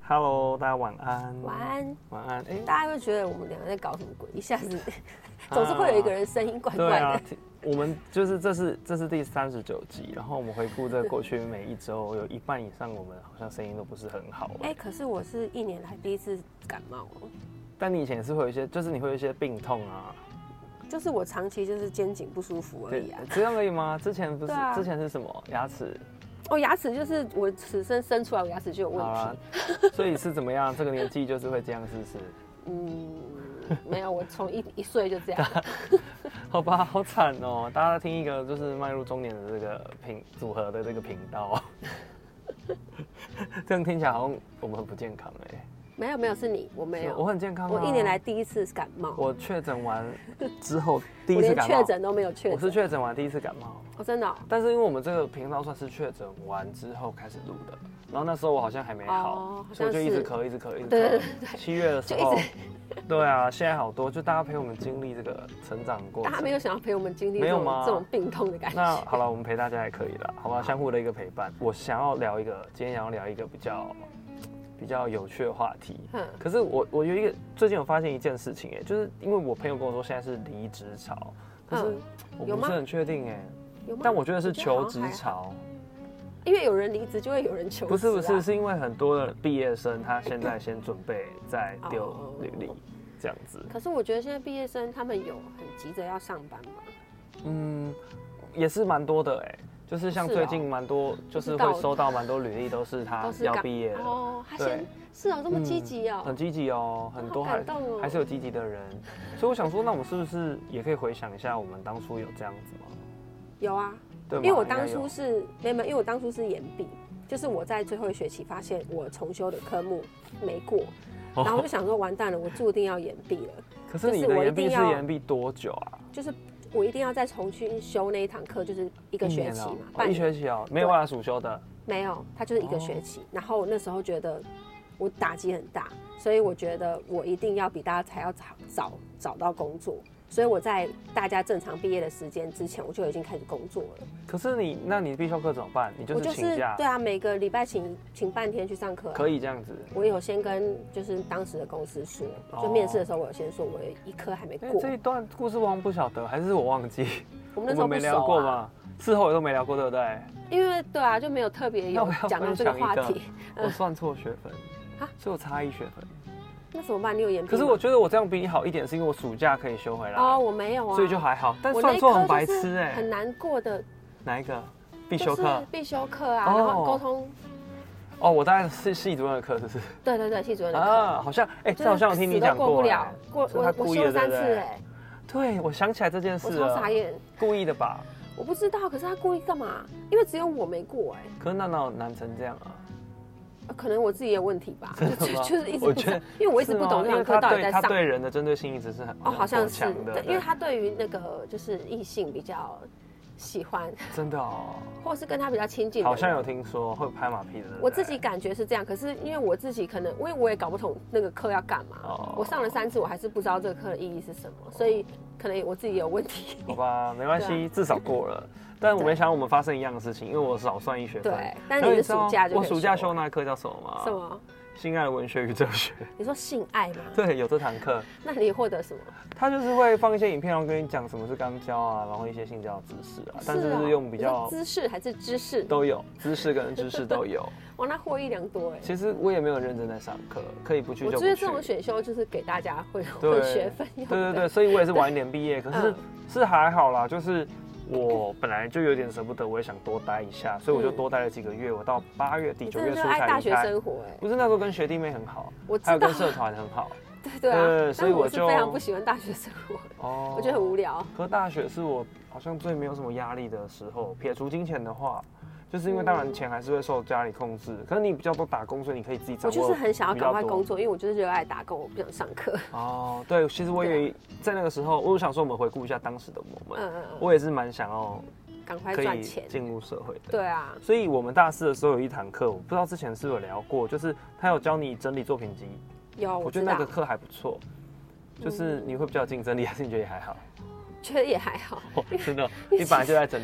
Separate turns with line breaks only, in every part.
Hello， 大家晚安。
晚安。
晚安。
大家会觉得我们两个在搞什么鬼？一下子总是会有一个人声音怪怪的。
对啊，我们就是这是第39集，然后我们回顾这过去每一周，有一半以上我们好像声音都不是很好。
可是我是1年来第一次感冒哦。
但你以前也是会有一些，就是你会有一些病痛啊。
就是我长期就是肩颈不舒服而已啊。
这样而已吗？之前不是、
之
前是什么牙齿？
哦，牙齿就是我此生生出来我牙齿就有问
题。所以是怎么样？这个年纪就是会这样，是不
是？没有，我从一岁就这样。
好吧，好惨哦！大家听一个就是迈入中年的这个组合的这个频道，这样听起来好像我们很不健康哎。
没有，是你，我没有，
我很健康啊。
我1年来第一次感冒。
我确诊完之后第一次感冒，
我连确诊都没有确诊。
我是确诊完第一次感冒。
哦，真的哦。
但是因为我们这个频道算是确诊完之后开始录的，然后那时候我好像还没好，所以我就一直咳。
对。
7月的时候，对啊，现在好多，就大家陪我们经历这个成长过程。
大家没有想要陪我们经历这种病痛的感觉。
那好了，我们陪大家也可以了，好吧？相互的一个陪伴。我今天想要聊一个比较有趣的话题。可是我最近有发现一件事情，就是因为我朋友跟我说现在是离职潮，可是我不是很确定但我觉得是求职潮。
因为有人离职就会有人求职。
不是，是因为很多的毕业生他现在先准备再丢履历这样子。
可是我觉得现在毕业生他们有很急着要上班吗？
也是蛮多的就是像最近蛮多，就是会收到蛮多履历，都是他要毕业了
哦。他先是哦，这么积极哦，
很积极哦，很多还是有积极的人。所以我想说，那我们是不是也可以回想一下，我们当初有这样子吗？
有啊，
对，
因为我当初是没有，因为我当初是延毕，就是我在最后一学期发现我重修的科目没过，然后我就想说完蛋了，我注定要延毕了。
可是你的延毕是延毕多久啊？
就是我一定要再重新修那一堂课，就是1个学期嘛，
一学期哦，没有办法暑修的。
没有，它就是1个学期。然后那时候觉得我打击很大，所以我觉得我一定要比大家还要找到工作。所以我在大家正常毕业的时间之前，我就已经开始工作了。
可是那你必修课怎么办？你就是请假？
对啊，每个礼拜请半天去上课。
可以这样子。
我有先跟就是当时的公司说，就面试的时候我有先说我有一科还没过。
这一段故事我好像不晓得，还是我忘记。
我们那时候
没聊过吗？事后也都没聊过，对不对？
因为对啊，就没有特别有讲到这个话题。
我算错学分所以我差1学分。
那怎么办？你有延毕？
可是我觉得我这样比你好一点，是因为我暑假可以修回来。
哦，我没有啊，
所以就还好。但算错很白痴
很难过的。
哪一个？必修课？
必修课啊，然后沟通。
哦，我大概是系主任的课，是不是？
对，系主任的课
啊，好像这好像有听你讲过。
过不了，我修了3次
对，我想起来这件事了。
我超傻眼。
故意的吧？
我不知道，可是他故意干嘛？因为只有我没过
可是那哪有难成这样啊？
可能我自己也有问题吧，就是一直
我觉得，
因为我一直不懂这堂课到底在上。
他对人的针对性一直是很
好像是
的，
因为他对于那个就是异性比较喜欢，
真的哦，
或是跟他比较亲近的。
好像有听说会拍马屁的。
我自己感觉是这样，可是因为我自己可能，因为我也搞不懂那个课要干嘛，我上了3次，我还是不知道这个课的意义是什么，所以可能我自己也有问题。
好吧，没关系，至少过了。但我没想到我们发生一样的事情，因为我少算1学分。
对，但是你是暑假就可以修。
我暑假修那课叫什么吗？
什么？
性爱文学与哲学。
你说性爱吗？
对，有这堂课。
那你获得什么？
他就是会放一些影片，然后跟你讲什么是肛交啊，然后一些性交知识啊，但是是用比较
姿势还是知识
都有，知识跟知识都有。
哇，那获益良多
其实我也没有认真在上课，可以不去就不去。
我觉得这种选修就是给大家混学分用的。
对，所以我也是晚一点毕业，可是还好啦，就是我本来就有点舍不得，我也想多待一下，所以我就多待了几个月。我到8月底9月初才离开。
大学生活
不是那时候跟学弟妹很好，还有跟社团很好。
对啊，
所以我
是非常不喜欢大学生活。我觉得很无聊。
可大学是我好像最没有什么压力的时候，撇除金钱的话，就是因为当然钱还是会受家里控制，可是你比较多打工，所以你可以自己掌握。
我就是很想要赶快工作，因为我就是热爱打工，我不想上课。
哦，对，其实我也在那个时候，我想说我们回顾一下当时的我们，我也是蛮想要
赶快赚钱
进入社会的。
对啊，
所以我们大4的时候有一堂课，我不知道之前是不是有聊过，就是他有教你整理作品集。
有，
我觉得那个课还不错，就是你会比较有竞争力，还是你觉得也还好？
觉得也还好，
真的，你本来就在整理啊？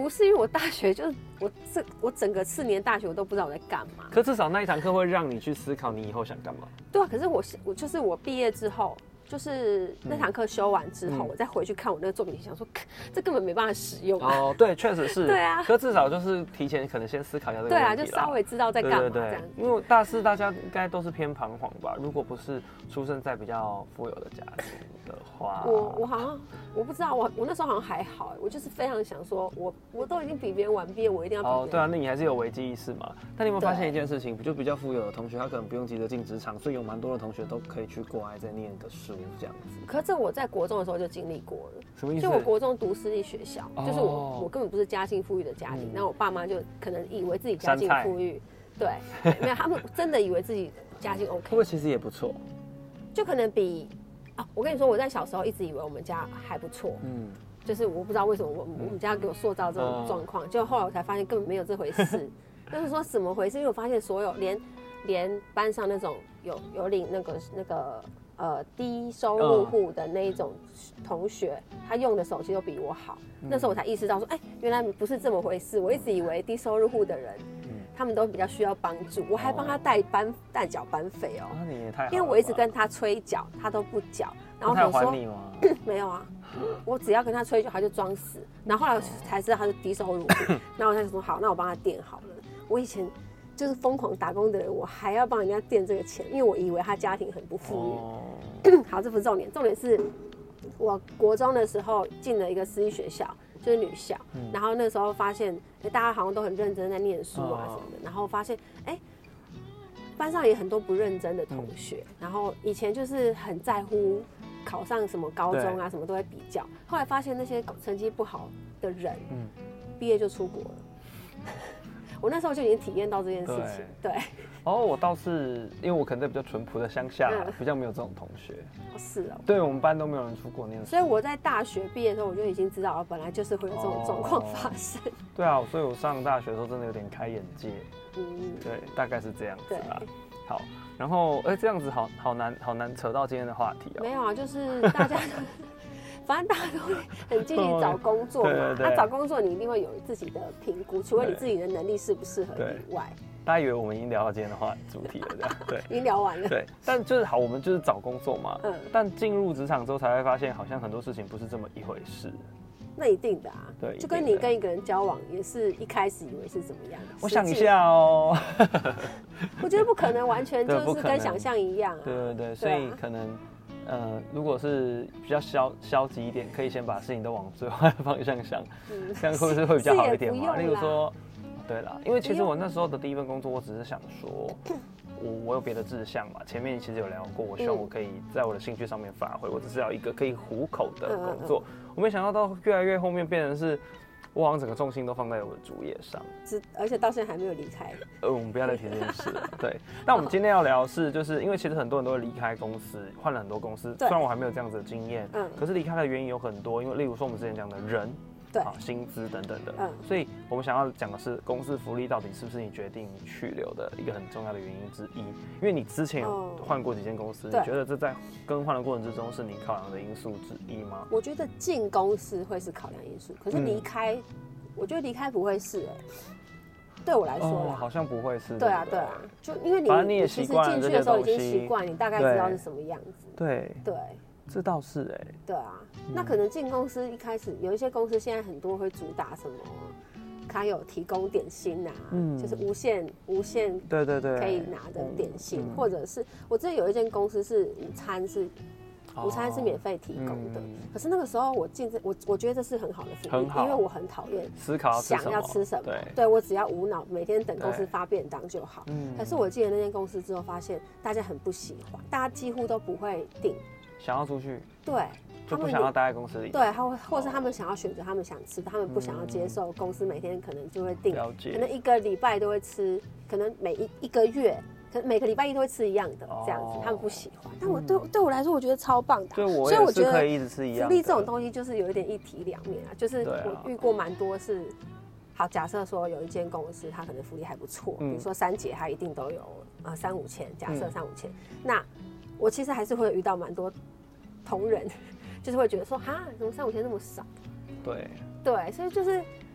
不是，因为我大学就是我整个4年大学我都不知道我在干嘛。
可至少那一堂课会让你去思考你以后想干嘛。
对啊，可是我就是我毕业之后。就是那堂课修完之后，我再回去看我那个作品集，想说这根本没办法使用啊。
哦，对，确实是。
对啊。
可至少就是提前可能先思考一下这个问题啦。
对啊，就稍微知道在干嘛这样。
因为大四大家应该都是偏彷徨吧？如果不是出生在比较富有的家庭的话，
我好像我不知道，我那时候好像还好，我就是非常想说，我都已经比别人晚毕业，我一定要比别人。
对啊，那你还是有危机意识嘛？但你有没有发现一件事情？就比较富有的同学，他可能不用急着进职场，所以有蛮多的同学都可以去国外再念个书这样子。这
我在国中的时候就经历过了。
什么意思？
就我国中读私立学校，就是我根本不是家境富裕的家庭，然后我爸妈就可能以为自己家境富裕，对，没有，他们真的以为自己家境 OK。
不过其实也不错，
就可能比我跟你说，我在小时候一直以为我们家还不错，就是我不知道为什么我们家给我塑造这种状况，就后来我才发现根本没有这回事。就是说怎么回事？因为我发现所有连班上那种有领那个低收入户的那一种同学，他用的手机都比我好。那时候我才意识到说，原来不是这么回事。我一直以为低收入户的人，他们都比较需要帮助，我还帮他代缴班费哦。
你也太好了吧，
因为我一直跟他催缴，他都不缴。然后
他有还你吗？
没有啊，我只要跟他催缴，他就装死。然后后来才知道他是低收入户，然后我才说好，那我帮他垫好了。我以前就是疯狂打工的人，我还要帮人家垫这个钱，因为我以为他家庭很不富裕。好，这不是重点，重点是我国中的时候进了一个私立学校，就是女校，然后那时候发现，大家好像都很认真在念书啊什么的，然后发现，班上也很多不认真的同学，然后以前就是很在乎考上什么高中啊，什么都会比较，后来发现那些成绩不好的人，毕业就出国了。我那时候就已经体验到这件事情，对。
我倒是因为我可能在比较淳朴的乡下，比较没有这种同学。
是哦。对，
我们班都没有人出国念书。
所以我在大学毕业的时候，我就已经知道，本来就是会有这种状况发生。
对啊，所以我上大学的时候真的有点开眼界。对，大概是这样子啦。好，然后这样子好难扯到今天的话题哦。
没有啊，就是大家。反正大家都会很积极找工作嘛，那找工作你一定会有自己的评估，除了你自己的能力适不适合以外。
大家以为我们已经聊到今天的主题了，这样对，
已经聊完了。
对，但就是好，我们就是找工作嘛。但进入职场之后才会发现，好像很多事情不是这么一回事。
那一定的啊，
对，
就跟你跟一个人交往，也是一开始以为是怎么样的。
我想一下哦。
我觉得不可能完全就是跟想象一样啊。
对，所以可能。如果是比较消极一点，可以先把事情都往最坏的方向想，这样会不会比较好一点嘛？例如说，对啦，因为其实我那时候的第一份工作，我只是想说，我有别的志向嘛。前面其实有聊过，我希望我可以在我的兴趣上面发挥，我只是要一个可以糊口的工作。我没想到越来越后面变成是。我好像整个重心都放在我的主业上，
而且到现在还没有离开。
我们不要再提这件事了。对，但我们今天要聊的是，就是因为其实很多人都会离开公司，换了很多公司。虽然我还没有这样子的经验，可是离开的原因有很多，因为例如说我们之前讲的人。对，薪资等等的，所以我们想要讲的是公司福利到底是不是你决定去留的一个很重要的原因之一？因为你之前有换过几间公司，你觉得这在更换的过程之中是你考量的因素之一吗？
我觉得进公司会是考量因素，可是离开，我觉得离开不会是对我来说
好像不会是。
对啊，就因为你其实进去的时候已经习惯，你大概知道是什么样子。
对。这倒是
对啊，那可能进公司一开始有一些公司现在很多会主打什么，它有提供点心啊，就是无限
对
可以拿的点心，或者是我之前有一间公司是午餐是免费提供的，可是那个时候我觉得这是很好的福利，因为我很讨厌
思考
想要吃什么，对我只要无脑每天等公司发便当就好。可是我进了那间公司之后，发现大家很不喜欢，大家几乎都不会订。
想要出去，
对，
就不想要待在公司里。
对，或是他们想要选择他们想吃的，他们不想要接受公司每天可能就会订，可能1个礼拜都会吃，可能每一个月，可能每个礼拜一都会吃一样的这样子，他们不喜欢。但我对我来说，我觉得超棒的。
所以我觉得可以一直吃一样的。
福利这种东西就是有一点一体两面啊，就是我遇过蛮多是。好，假设说有一间公司，它可能福利还不错，比如说3节，它一定都有3-5千，假设3-5千，那我其实还是会遇到蛮多同仁，就是会觉得说，哈，怎么3-5千那么少？
对，
所以就是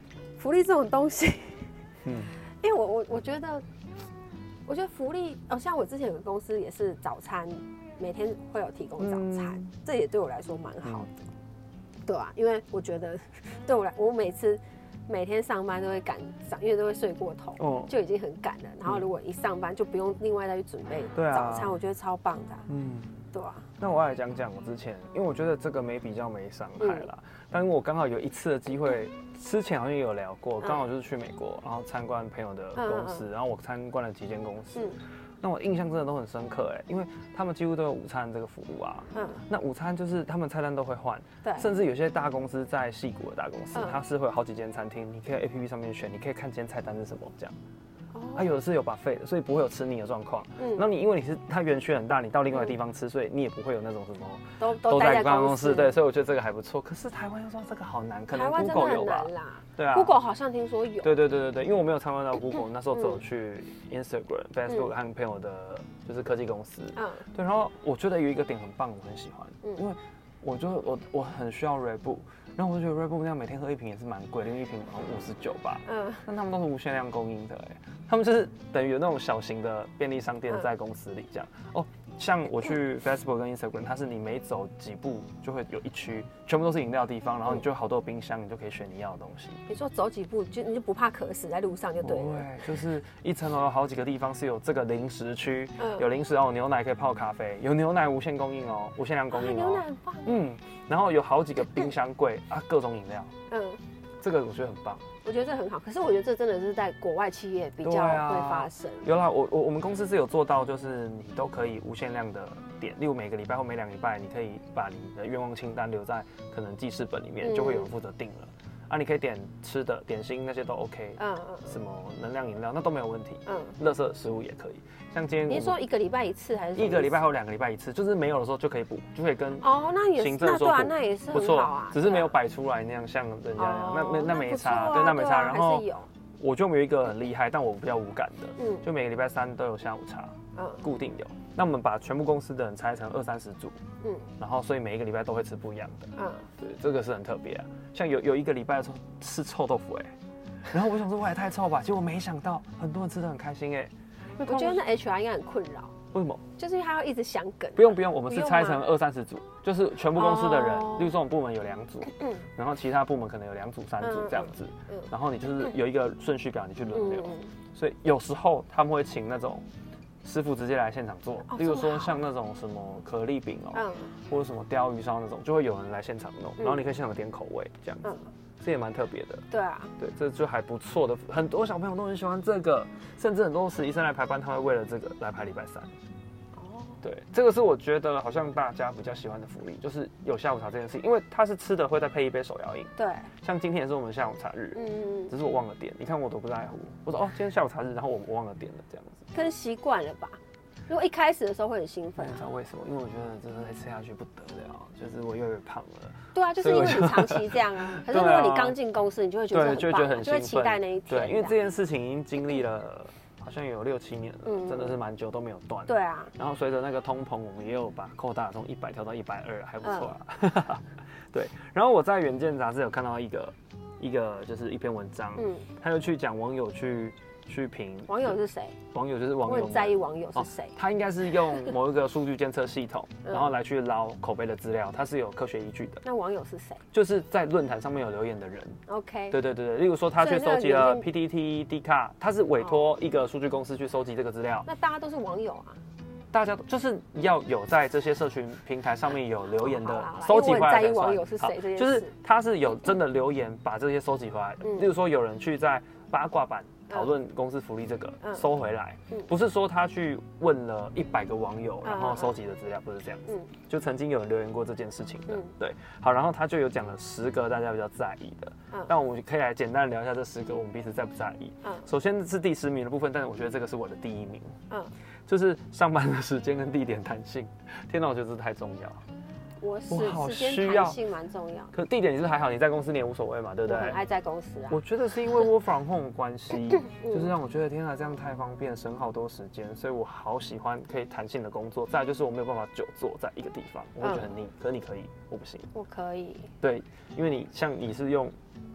福利这种东西，因为我觉得福利像我之前有个公司也是早餐每天会有提供早餐，这也对我来说蛮好的，对啊，因为我觉得对我每天上班都会赶上，因为都会睡过头，就已经很赶了。然后如果一上班就不用另外再去准备早餐，我觉得超棒的。对啊。
那我来讲我之前，因为我觉得这个没比较没伤害啦。但是我刚好有一次的机会，之前好像也有聊过，刚好就是去美国，然后参观朋友的公司，然后我参观了几间公司。那我印象真的都很深刻因为他们几乎都有午餐这个服务啊。那午餐就是他们菜单都会换，甚至有些大公司在矽谷的大公司，它是会有好几间餐厅，你可以 APP 上面选，你可以看今天菜单是什么这样。它有的是有 buffet 的，所以不会有吃腻的状况。那你因为它园区很大，你到另外的地方吃，所以你也不会有那种什么都在办公室。对，所以我觉得这个还不错。可是台湾又说这个好难，可能 Google 有吧？对啊
，Google 好像听说有。
对，因为我没有参观到 Google， 那时候只有去 Instagram、Facebook 和朋友的就是科技公司。对，然后我觉得有一个点很棒，我很喜欢，因为我很需要 Red Bull。然后我就觉得 Red Bull 那样每天喝一瓶也是蛮贵的，因为一瓶好像59吧。但他们都是无限量供应的他们就是等于有那种小型的便利商店在公司里这样。像我去 Facebook 跟 Instagram， 它是你每走几步就会有一区，全部都是饮料的地方，然后你就好多冰箱，你就可以选你要的东西。
你说走几步你就不怕渴死在路上就对了。
对，就是一层楼有好几个地方是有这个零食区，有零食牛奶可以泡咖啡，有牛奶无限供应无限量供应
牛奶很棒。
然后有好几个冰箱柜各种饮料。这个我觉得很棒。
我觉得这很好，可是我觉得这真的是在国外企业比较会发生。
有啦，我们公司是有做到，就是你都可以无限量的点，例如每个礼拜或每2个礼拜，你可以把你的愿望清单留在可能记事本里面，就会有人负责订了。你可以点吃的、点心那些都 OK，什么能量饮料那都没有问题，垃圾食物也可以。像今天
你说1个礼拜1次还是
1个礼拜或2个礼拜1次，就是没有的时候就可以补，就可以跟
那也
行政说补，
那也是
不错
啊，
只是没有摆出来那样像人家那样，那没差，对，那没差。然后我就有一个很厉害，但我比较无感的，就每个礼拜3都有下午茶，固定有。那我们把全部公司的人拆成20-30组，然后所以每一个礼拜都会吃不一样的，对，这个是很特别啊。像有一个礼拜的时候吃臭豆腐然后我想说我也太臭吧，结果没想到很多人吃得很开心
我觉得那 HR 应该很困扰。
为什么？
就是因为他要一直想梗。
不用，我们是拆成20-30组，就是全部公司的人，例如说我们部门有2组，然后其他部门可能有2组、3组这样子，然后你就是有一个顺序表，你去轮流。所以有时候他们会请那种师傅直接来现场做，例如说像那种什么可丽饼或者什么鲷鱼烧那种，就会有人来现场弄，然后你可以现场点口味这样子。这也蛮特别的。
对啊，
对，这就还不错的，很多小朋友都很喜欢这个，甚至很多实习生来排班，他会为了这个来排礼拜3。对，这个是我觉得好像大家比较喜欢的福利，就是有下午茶这件事情，因为它是吃的会再配一杯手摇饮。
对，
像今天也是我们下午茶日，只是我忘了点，你看我都不在乎，我说今天下午茶日，然后我忘了点了这样子。
可是习惯了吧？如果一开始的时候会很兴奋，
你知道为什么？因为我觉得真的再吃下去不得了，就是我越来越胖了。
对啊，就是因为你长期这样啊。可是如果你刚进公司，你就会觉得很棒，
就会觉得很兴奋，
就会期待那一天。
对，因为这件事情已经经历了。好像有6-7年了，真的是蛮久都没有断。
对啊。
然后随着那个通膨，我们也有把扣大从100调到120，还不错啊。对。然后我在《远见》杂志有看到一个就是一篇文章，他就去讲网友去评。
网友是谁？
网友就是网友。
我很在意网友是谁。
他应该是用某一个数据监测系统，然后来去捞口碑的资料，它是有科学依据的。
那网友是谁？
就是在论坛上面有留言的人。
OK。
对，例如说他去收集了 PTT、Dcard， 他是委托一个数据公司去收集这个资料。
那大家都是网友啊。
大家就是要有在这些社群平台上面有留言的收集回来的。
网友是谁？这件事
就是他是有真的留言把这些收集回来的。例如说有人去在八卦版讨论公司福利这个收回来，不是说他去问了100个网友然后收集的资料，不是这样子。就曾经有人留言过这件事情的。对，好，然后他就有讲了10个大家比较在意的。那我们可以来简单聊一下这10个我们彼此在不在意。首先是第10名的部分，但是我觉得这个是我的第1名。就是上班的时间跟地点弹性。天哪，我觉得这太重要。
我好需要，弹性蛮重要。
可地点你是还好，你在公司你也无所谓嘛，对不对？
我很爱在公司啊。
我觉得是因为work from home 关系，就是让我觉得天哪，这样太方便，省好多时间，所以我好喜欢可以弹性的工作。再来就是我没有办法久坐在一个地方，我会觉得很腻。可是你可以，我不行。
我可以。
对，因为你是用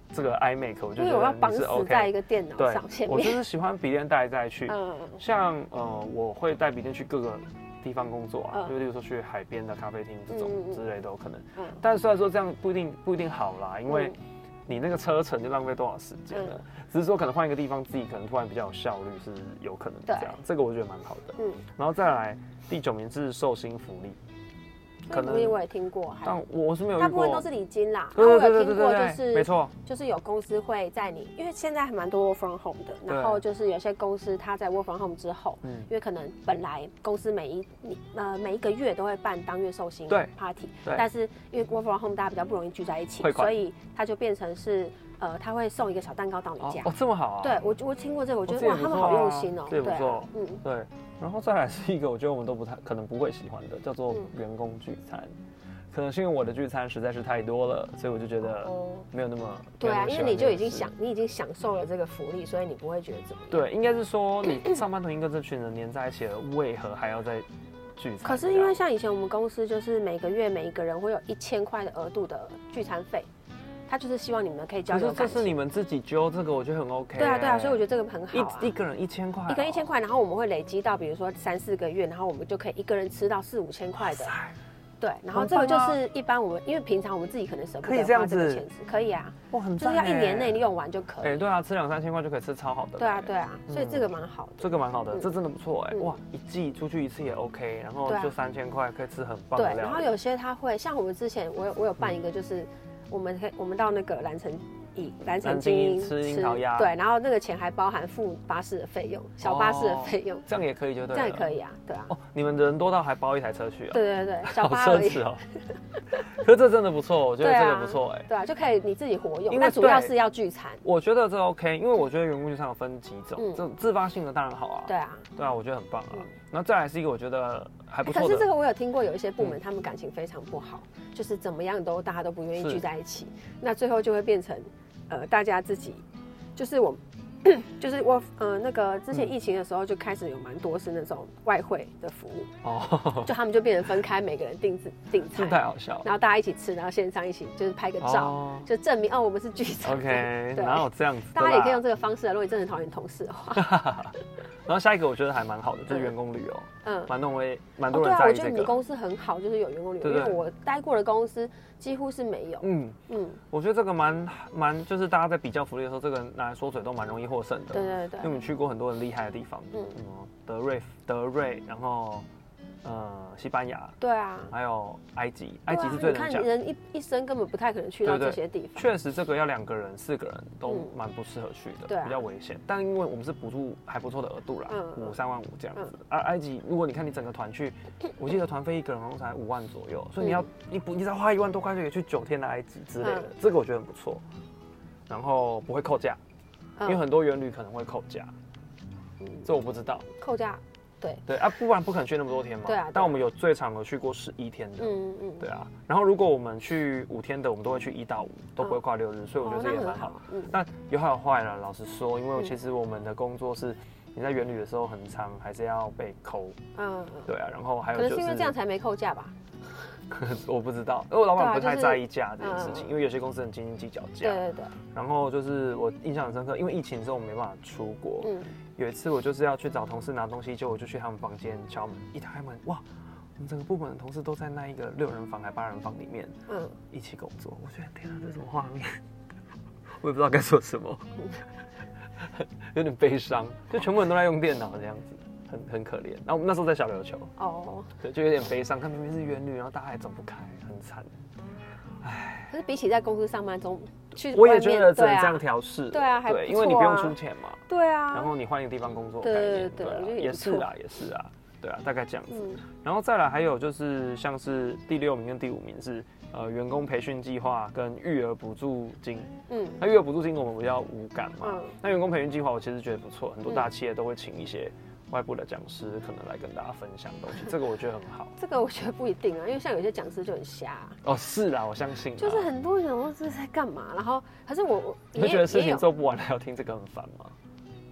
这个 iMac， 我就觉得你是 OK。因为
我要绑死在一个电脑上前面。
我就是喜欢笔电带再去，像我会带笔电去各个地方工作啊，就例如说去海边的咖啡厅这种之类都有可能。但是虽然说这样不一定好啦，因为你那个车程就浪费多少时间了。只是说可能换一个地方，自己可能突然比较有效率是有可能的这样。这个我觉得蛮好的。然后再来第9名是寿星福利。
可能我也听过，
但我是没有遇过，
大部分都是礼金啦。对，我有听过，就是
没错，
就是有公司会在你，因为现在还蛮多 work from home 的，然后就是有些公司它在 work from home 之后，因为可能本来公司每一个月都会办当月寿星 party， 但是因为 work from home 大家比较不容易聚在一起，所以它就变成是他会送一个小蛋糕到你家。
哦，这么好啊！
对，我听过这个，我觉得哇，他们好用心哦。
这也不错，对。然后再来是一个我觉得我们都可能不会喜欢的，叫做员工聚餐。可能是因为我的聚餐实在是太多了，所以我就觉得没有那么
对啊，因为你就已经享受了这个福利，所以你不会觉得怎么样。
对，应该是说你上班都已经跟这群人黏在一起了，为何还要再聚餐？
可是因为像以前我们公司就是每个月每一个人会有1000块的额度的聚餐费。他就是希望你们可以交流感情。
可是这是你们自己揪，这个我觉得很 OK。
对啊，对啊，所以我觉得这个很好啊。
一个人1000块，
一个人1000块，然后我们会累积到，比如说3、4个月，然后我们就可以一个人吃到4、5千块的。对，然后这个就是一般我们因为平常我们自己可能舍不得花这个钱吃，可以啊。
哇，很
就是要1年内用完就可以。
对啊，吃2、3千块就可以吃超好的。
对啊，对啊，所以这个蛮好的。
这个蛮好的，这真的不错哇，一季出去一次也 OK， 然后就3000块可以吃很棒的料理。
对，然后有些他会像我们之前我有办一个就是。我们到那个蓝城精英
吃樱桃鸭，
对，然后那个钱还包含付巴士的费用，小巴士的费用，
这样也可以就对了，
这样也可以啊，对啊。
哦，你们人多到还包一台车去啊？
对，小巴而已。
好奢侈哦。可是这真的不错，我觉得这个不错
对啊，就可以你自己活用，但主要是要聚餐。
我觉得这 OK， 因为我觉得员工聚餐有分几种，这种自发性的当然好啊。
对啊，
我觉得很棒啊。然后再来是一个我觉得还不错的。
可是这个我有听过，有一些部门他们感情非常不好，就是怎么样大家都不愿意聚在一起，那最后就会变成大家自己，就是那个之前疫情的时候就开始有蛮多是那种外汇的服务就他们就变成分开，每个人订菜，
太好笑了，
然后大家一起吃，然后线上一起就是拍个照，就证明我们是聚餐。
OK， 哪有这样子？
大家也可以用这个方式如果你真的很讨厌同事的话。
然后下一个我觉得还蛮好的，就是员工旅游，蛮多人在意这个。
对啊，我觉得你们公司很好，就是有员工旅游，因为我待过的公司几乎是没有。
我觉得这个蛮，就是大家在比较福利的时候，这个拿来说嘴都蛮容易获胜的。
对，
因为我们去过很多很厉害的地方，德瑞，然后西班牙，
对啊，
还有埃及是最能讲。
你看人一生根本不太可能去到这些地方。
确实，这个要2个人、4个人都蛮不适合去的，比较危险。但因为我们是补助还不错的额度啦，3万5这样子。埃及，如果你看你整个团去，我记得团费1个人好像才5万左右，所以你再花1万多块就可以去9天的埃及之类的，这个我觉得很不错。然后不会扣价，因为很多员旅可能会扣价，这我不知道。
扣价。
对啊，不然不可能去那么多天嘛。对啊。但我们有最长的去过11天的。对啊。然后如果我们去5天的，我们都会去1到5，都不会跨6日，所以我觉得这也蛮好。那有好有坏了，老实说，因为其实我们的工作是你在员旅的时候很长，还是要被扣。对啊，然后还有就是。可
能是因为这样才没扣价吧。
我不知道，因为我老板不太在意价这件事情，因为有些公司很斤斤计较价。
对。
然后就是我印象很深刻，因为疫情之后我没办法出国。有一次我就是要去找同事拿东西，就我就去他们房间敲门，一打开门，哇，我们整个部门的同事都在那一个6人房还8人房里面，一起工作。我觉得天啊，这是什么画面？我也不知道该说什么，有点悲伤，就全部人都在用电脑这样子。很可怜，然后我们那时候在小琉球，对，就有点悲伤，看明明是员旅，然后大家还走不开，很惨。唉，
可是比起在公司上班中去，
我也觉得只能这样调试。
对啊，对，
因为你不用出钱嘛。
对啊。
然后你换一个地方工作，对，也是啊，对啊，大概这样子。然后再来还有就是像是第6名跟第5名是员工培训计划跟育儿补助金。那育儿补助金我们比较无感嘛。那员工培训计划我其实觉得不错，很多大企业都会请一些外部的讲师可能来跟大家分享东西，这个我觉得很好。
这个我觉得不一定啊，因为像有些讲师就很瞎。
是啦，我相信。
就是很多人我这是在干嘛？然后可是你
会觉得事情做不完还要听这个很烦吗？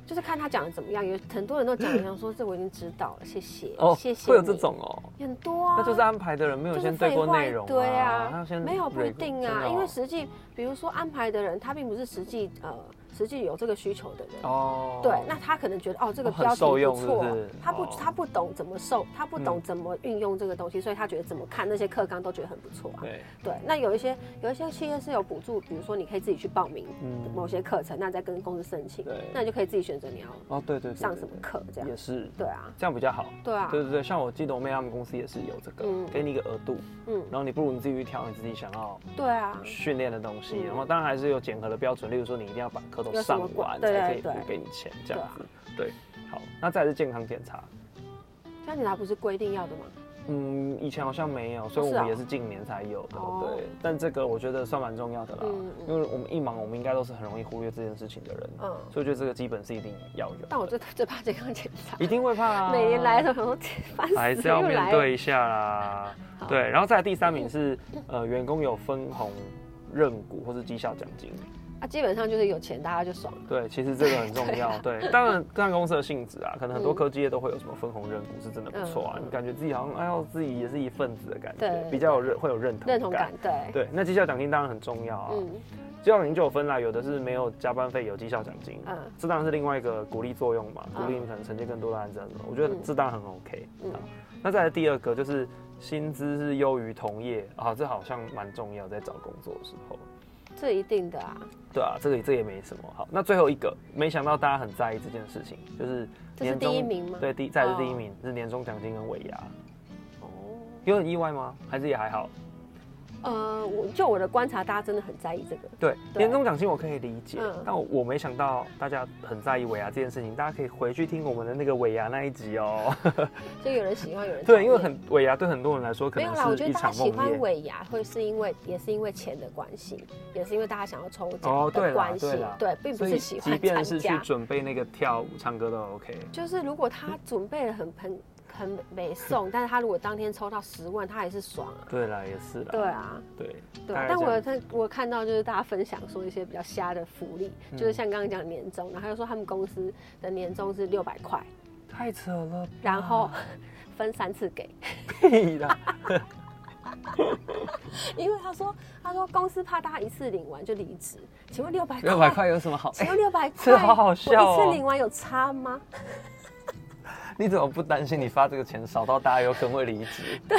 就是看他讲的怎么样，有很多人都讲说这我已经知道了，谢谢，谢谢。
会有这种哦，
很多啊，
那就是安排的人没有先对过内容，
对啊，
他先
没有不一定啊，因为实际，比如说安排的人，他并不是实际有这个需求的人哦，对，那他可能觉得这个标题不错，他不懂怎么他不懂怎么运用这个东西，所以他觉得怎么看那些课纲都觉得很不错啊。对，那有一些企业是有补助，比如说你可以自己去报名某些课程，那再跟公司申请，那你就可以自己选择你要对上什么课，这样
也是
对啊，
这样比较好。
对啊，
对，像我记得我妹他们公司也是有这个，给你一个额度，然后你不如你自己去挑你自己想要训练的东西，然后当然还是有检核的标准，例如说你一定要把课都上完才可以补给你钱，这样子。对，好，那再来是健康检查。
健康检查不是规定要的吗？
以前好像没有，所以我们也是近年才有的。对，但这个我觉得算蛮重要的啦，因为我们一忙，我们应该都是很容易忽略这件事情的人。所以我觉得这个基本是一定要有。
但我最怕健康检查，
一定会怕啊！
每年来的时候烦死，
还是要面对一下啦。对，然后再来第3名是员工有分红、认股或是绩效奖金。
基本上就是有钱大家就爽了。
对，其实这个很重要。对，当然看公司的性质啊，可能很多科技业都会有什么分红认股，是真的不错啊。你感觉自己好像自己也是一份子的感觉，比较会有认同感。对，那绩效奖金当然很重要啊。绩效奖金就有分啦，有的是没有加班费，有绩效奖金。这当然是另外一个鼓励作用嘛，鼓励你可能承接更多的案子。我觉得这当然很 OK。那再来第2个就是薪资是优于同业啊，这好像蛮重要，在找工作的时候。
这一定的啊。
对啊，这也没什么。好，那最后一个，没想到大家很在意这件事情，就是
年终。这是第1名吗？
对，再是第1名，是年终奖金跟尾牙。有很意外吗？还是也还好？
我的观察，大家真的很在意这个。
对，年终奖金我可以理解，但我没想到大家很在意尾牙这件事情。大家可以回去听我们的那个尾牙那一集哦。
就有人喜欢，有人
对，因为尾牙对很多人来说可能是一场梦魇。
没有啦，我觉得大家喜欢尾牙，也是因为钱的关系，也是因为大家想要抽奖的关系。对，并不是喜欢参加。
即便是去准备那个跳舞、唱歌都 OK。
就是如果他准备了很没送，但是他如果当天抽到10万，他也是爽啊。
对啦，也是啦。
对啊，
对。
但我看到就是大家分享说一些比较瞎的福利，就是像刚刚讲年终，然后他就说他们公司的年终是600块，
太扯了。
然后分3次给。
屁啦。
因为他说公司怕大家一次领完就离职，请问
600块有什么好？
请问600块，
这好好笑
哦！一次领完有差吗？
你怎么不担心你发这个钱少到大家有可能会离职？
对，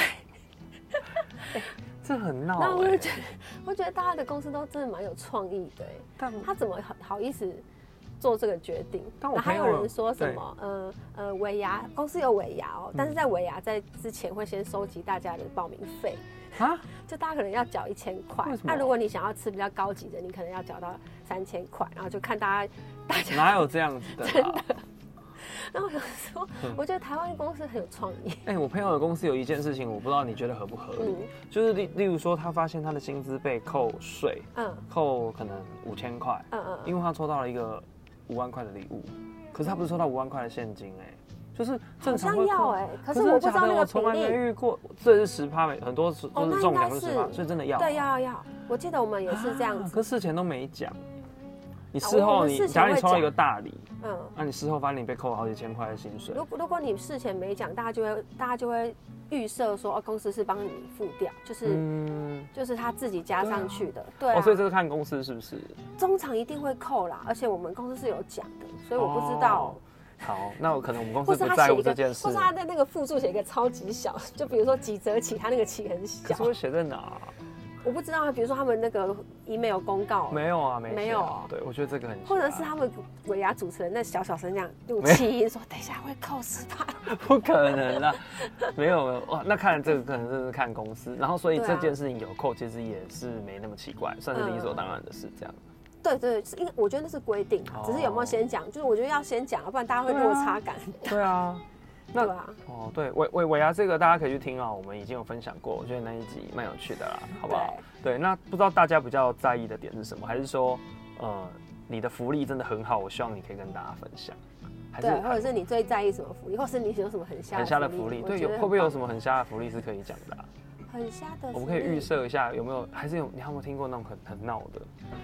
这很闹。
那我觉得大家的公司都真的蛮有创意的，但他怎么好意思做这个决定？然后还有人说什么尾牙，公司有尾牙哦，但是在尾牙在之前会先收集大家的报名费啊，就大家可能要缴1000块。那如果你想要吃比较高级的，你可能要缴到3000块，然后就看大家
哪有这样子的？
真的。然后我想说，我觉得台湾公司很有创意。
我朋友的公司有一件事情，我不知道你觉得合不合理，就是例如说，他发现他的薪资被扣税，扣可能5000块，因为他抽到了一个5万块的礼物，可是他不是抽到5万块的现金，就是正常会扣，
可是我不知道那个
我从来没遇过，这是10%，很多都是中奖是10%，所以真的要，
对，要，我记得我们也是这样子，
可事前都没讲。你事后假如你抽到一个大礼，那你事后发现你被扣了好几千块的薪水。
如果你事前没讲，大家就会预设说，公司是帮你付掉，就是他自己加上去的，对啊。
所以这个看公司是不是？
中场一定会扣啦，而且我们公司是有讲的，所以我不知道。
好，那可能我们公司不在乎这件事，
或是他的那个附注写一个超级小，就比如说几折起，他那个起很小。
可是会写在哪？
我不知道，比如说他们那个 email 公告
没有啊，没有。对，我觉得这个很，
或者是他们尾牙主持人那小声这样用气音说，等一下会扣10%，
不可能啦，没有哇，那看来这个可能真是看公司，然后所以这件事情有扣，其实也是没那么奇怪，算是理所当然的事，这样。
对，因为我觉得那是规定，只是有没有先讲，就是我觉得要先讲，不然大家会落差感。
对啊。对，尾牙这个大家可以去听啊，我们已经有分享过，我觉得那一集蛮有趣的啦，好不好？对，那不知道大家比较在意的点是什么？还是说，你的福利真的很好，我希望你可以跟大家分享。
对，或者是你最在意什么福利，或是你有什么很瞎的福利？
对，会不会有什么很瞎的福利是可以讲的？
很瞎的，
我们可以预设一下有没有？还是你有没有听过那种很闹的？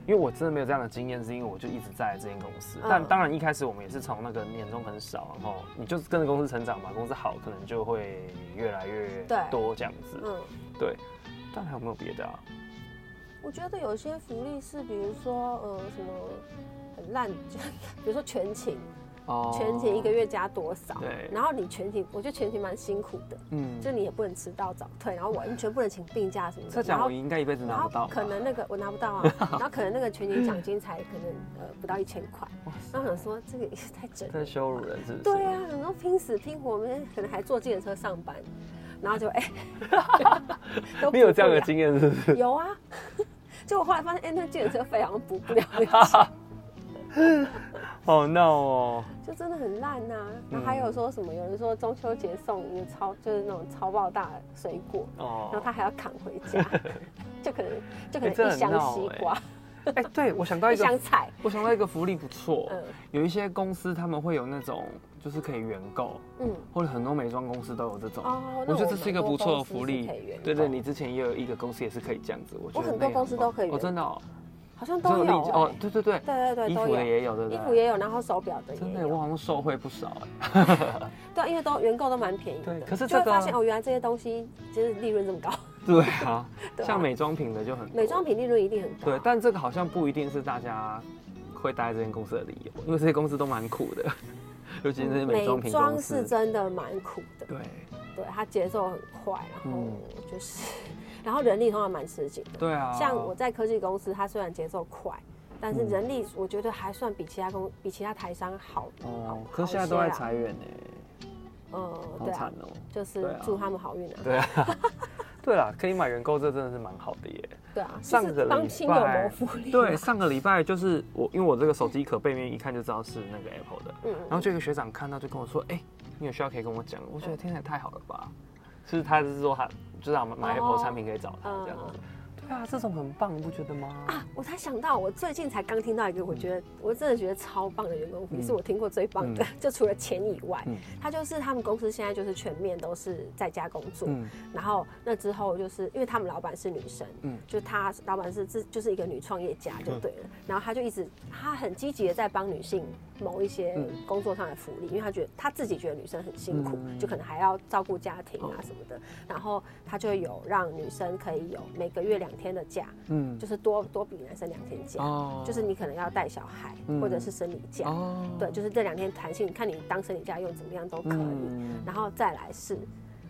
因为我真的没有这样的经验，是因为我就一直在这间公司。但当然一开始我们也是从那个年终很少，然后你就是跟着公司成长嘛，公司好可能就会越来越多这样子。对。但还有没有别的啊？
我觉得有些福利是，比如说什么很烂，比如说全勤。全勤1个月加多少？对，然后你全勤，我觉得全勤蛮辛苦的，就你也不能迟到早退，然后完全不能请病假什么的。
这奖我应该一辈子拿不到。
可能那个我拿不到啊，然后可能那个全勤奖金才可能不到1000块。然后想说这个也是太整，
太羞辱人是不是？
对啊，然后拼死拼活，我们可能还坐计程车上班，然后就
你有这样的经验是不是？
有啊，就我后来发现，那计程车费好像补不了那个钱。
好闹哦，
就真的很烂呐。然后还有说什么，有人说中秋节送一个就是那种超爆大的水果，然后他还要扛回家，就可能一箱西瓜。
对，我想到一个
香菜，
我想到一个福利不错，有一些公司他们会有那种就是可以原购，或者很多美妆公司都有这种，我觉得这是一个不错的福利。对，你之前也有一个公司也是可以这样子，我觉得
很多公司都可以，
真的哦。
好像都有
哦，对，衣服的也有，对不对？
衣服也有，然后手表的也有。
真的，我好像受惠不少
对，因为原购都蛮便宜的。
对，可是
就会发现原来这些东西其实利润这么高。
对啊，像美妆品的就很多。
美妆品利润一定很高。
对，但这个好像不一定是大家会待在这间公司的理由，因为这些公司都蛮苦的，尤其是这些美妆品公司。美妆
是真的蛮苦的。
对，
它节奏很快，然后就是。然后人力通常蛮吃紧的，
对啊。
像我在科技公司，它虽然节奏快，但是人力我觉得还算比其他台商好。
可是现在都在裁员呢。
对啊，就是祝他们好运啊。
对啊，对啦，可以买原购，这真的是蛮好的耶。
对啊，
上个礼拜对上个礼拜就是因为我这个手机壳背面一看就知道是那个 Apple 的，然后就一个学长看到就跟我说，你有需要可以跟我讲。我觉得天哪，太好了吧？是他是说他就是买 Apple 产品可以找他这样子。对啊，这种很棒，你不觉得吗？
我才想到，我最近才刚听到一个，我真的觉得超棒的员工福利，是我听过最棒的。就除了钱以外，他就是他们公司现在就是全面都是在家工作，然后那之后就是因为他们老板是女生，就他老板就是一个女创业家就对了，然后他很积极的在帮女性谋一些工作上的福利，因为他自己觉得女生很辛苦，就可能还要照顾家庭啊什么的，然后他就有让女生可以有每个月2天的假，就是多比男生2天假，就是你可能要带小孩或者是生理假，对，就是这2天弹性，看你当生理假用怎么样都可以。然后再来是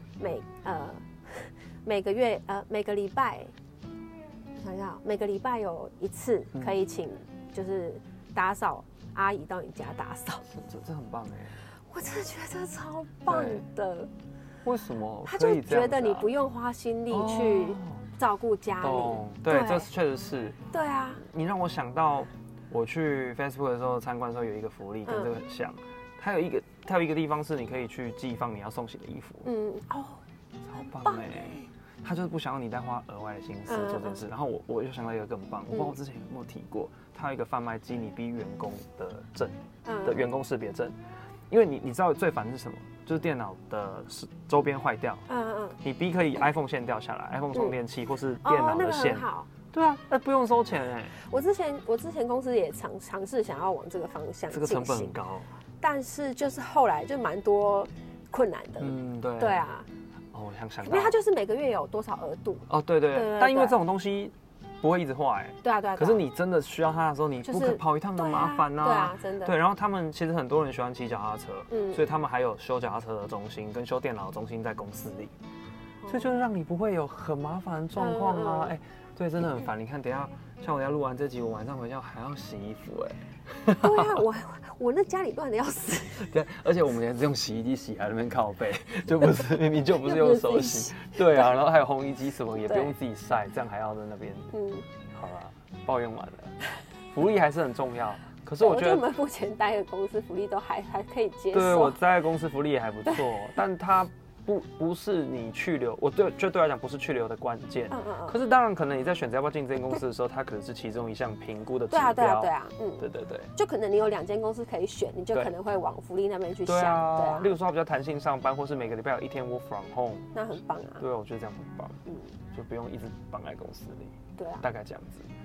每个礼拜，想想每个礼拜有1次可以请就是打扫阿姨到你家打扫，
这很棒
我真的觉得这超棒的。
为什么？
他就觉得你不用花心力去照顾家里，
对，这确实是。
对啊，
你让我想到我去 Facebook 的时候参观的时候有一个福利跟这个很像，它有一个地方是你可以去寄放你要送洗的衣服，
超
棒他就是不想要你再花额外的心思做这件事。然后我又想到一个更棒，我不知道我之前有没有提过，他有一个贩卖机，你逼员工的证的员工识别证，因为你知道最烦是什么？就是电脑的周边坏掉，你逼可以 iPhone 线掉下来，iPhone 充电器或是电脑的线，
那个很好。
对啊，不用收钱
我之前公司也尝试想要往这个方向进行，
这个成本很高，
但是就是后来就蛮多困难的。对啊。
我想到，
因为它就是每个月有多少额度。
对，但因为这种东西不会一直坏。
对啊。
可是你真的需要它的时候，你不可跑一趟的麻烦啊。
对啊，真的。
对，然后他们其实很多人喜欢骑脚踏车，所以他们还有修脚踏车的中心跟修电脑的中心在公司里，所以就是让你不会有很麻烦的状况啊。对，真的很烦。你看，等一下像我要录完这集，我晚上回家还要洗衣服
对啊，我那家里乱的要死。
对，而且我们也是用洗衣机洗，还那边靠背，就不是明明就不是用手洗。对啊，然后还有烘衣机什么也不用自己晒，这样还要在那边。好了，抱怨完了，福利还是很重要。可是我觉得
我们目前待的公司福利都还可以接受。
对，我待的公司福利也还不错，但它不是你去留，对我来讲不是去留的关键。可是当然，可能你在选择要不要进这间公司的时候，它可能是其中一项评估的指标。对啊。对。
就可能你有2间公司可以选，你就可能会往福利那边去想。对
啊。例如说，它比较弹性上班，或是每个礼拜有1天 work from home，
那很棒啊。
对，我觉得这样很棒。就不用一直绑在公司里。
对啊。
大概这样子。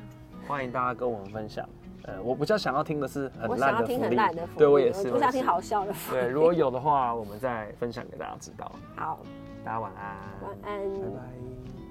欢迎大家跟我们分享。我比较想要听的是很烂的福利，
很烂的福利，
对我也是，
我想听好笑的福利。
对，如果有的话，我们再分享给大家知道。
好，
大家晚安，
晚安，
拜拜。